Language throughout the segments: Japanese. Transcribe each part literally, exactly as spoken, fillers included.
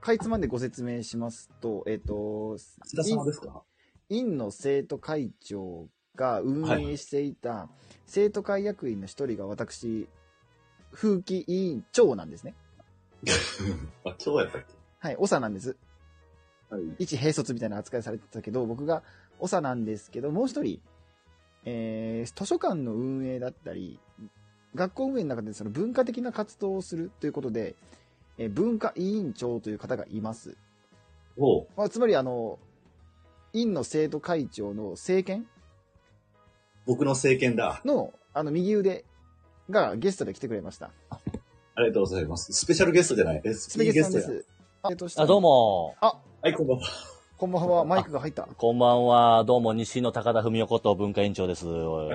かいつまんでご説明しますと、えっ、ー、と、 津田様ですか？ 院の生徒会長が運営していた生徒会役員の一人が私、風紀委員長なんですね。 あ、長やったっけ？ はい、長なんです。 はい。 一兵卒みたいな扱いされてたけど、僕が長なんですけど、もう一人、えー、図書館の運営だったり、学校運営の中でその文化的な活動をするということで、えー、文化委員長という方がいます。 おう。 まあ、つまりあの、院の生徒会長の政権僕の政権だ。 の、あの、右腕がゲストで来てくれました。 ありがとうございます。スペシャルゲストじゃない。 スペゲストです。 あ、どうも。 あ、 はい、こんばんは。 こんばんは、マイクが入った。 こんばんは、どうも、西野高田文夫こと文化委員長です。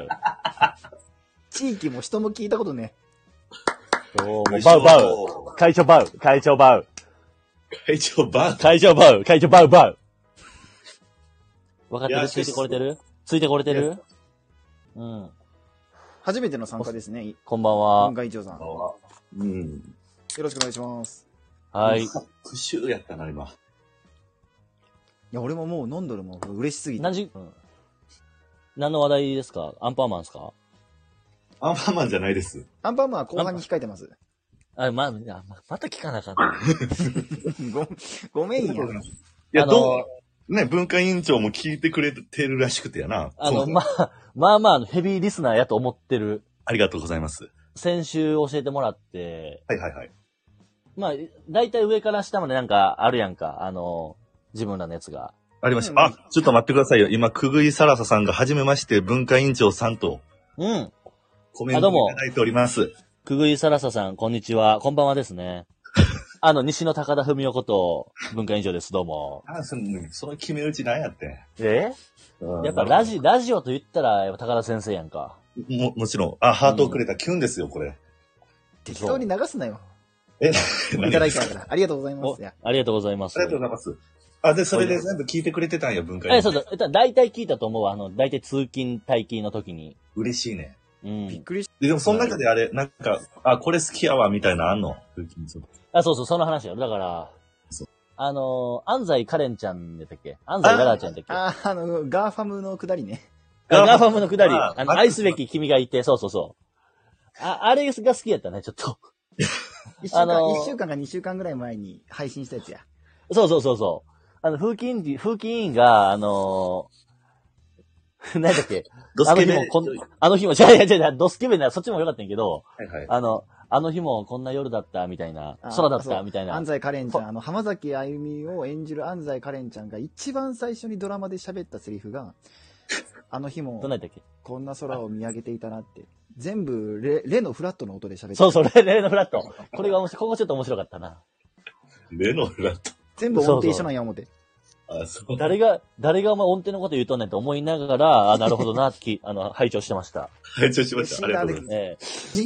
地域も人も聞いたことね。 どうも、バウバウ。会長バウ。会長バウ。 会長バウ。 会長バウ。会長バウバウ。分かってる？ついてこれてる？ついてこれてる？うん。 初めての参加ですね。 こんばんは。 文化委員長さん。 うん。 よろしくお願いします。 はい。 復習やったな、今。 いや、俺ももう飲んどるもん。嬉しすぎて。 何時、うん、何の話題ですか？アンパンマンですか？ アンパンマンじゃないです。 アンパンマンは後半に控えてます。 あ、ま、ま、また聞かなあかんな。 ご、ごめんや。いや、あのー、どう、ね、文化委員長も聞いてくれてるらしくてやな。 あの、まあ、まあまあ、ヘビーリスナーやと思ってる。 ありがとうございます。 先週教えてもらって。 はいはいはい。 まあ、だいたい上から下までなんかあるやんか。あの、自分らのやつが。 ありました。あ、ちょっと待ってくださいよ。今、くぐいさらささんがはじめまして文化委員長さんと。 うん。 コメントいただいております。 くぐいさらささん、こんにちは。こんばんはですね。あの、西野高田文夫こと文化委員長です。どうも。 あ、その、その決め打ちなんやって。 え、うん、やっぱラジ、ラジオと言ったら、やっぱ高田先生やんか。 も、もちろん。あ、ハートをくれたキュンですよ、これ。 適当に流すなよ。 え、 いただいたから。ありがとうございます。 ありがとうございます。 ありがとうございます。あ、で、それで全部聞いてくれてたんや、文化委員長。え、そうだ。大体聞いたと思うわ。あの、大体通勤、退勤の時に。 嬉しいね。 うん。 びっくりしで、でもその中であれ、なんか、あ、これ好きやわ、みたいなのあんの？ あ、そうそう、その話よ。だから、 そうあのー、安西カレンちゃんやったっけ？安西ララちゃんやったっけ？ あ、あの、ガーファムのくだりね。 ガーファムのくだり。あの、愛すべき君がいて、そうそうそう。あ、あれが好きやったね、ちょっと。 一週間、あのー、一週間か二週間ぐらい前に配信したやつや。 そうそうそうそう。あの、風紀委員、風紀委員が、あのー、何だっけ？ ドスケベ。 あの日もこん、あの日も、違う違う違う、ドスケベな、そっちもよかったんやけど、 はいはい。 あの、あの日もこんな夜だった、みたいな、空だった、みたいな。 安西カレンちゃん、あの、浜崎あゆみを演じる安西カレンちゃんが一番最初にドラマで喋ったセリフが、あの日も、 どんなやったっけ？ こんな空を見上げていたなって。全部レ、レのフラットの音で喋ってた。 そうそう、レ、レのフラット。これが面白い、ここちょっと面白かったな。 レのフラット。 全部音程一緒なんや思って。 あ、そう。 誰が、誰がお前音程のこと言うとんねんと思いながら、あ、なるほどな、き、あの、拝聴してました。 拝聴しました。ありがとうございます。 ええ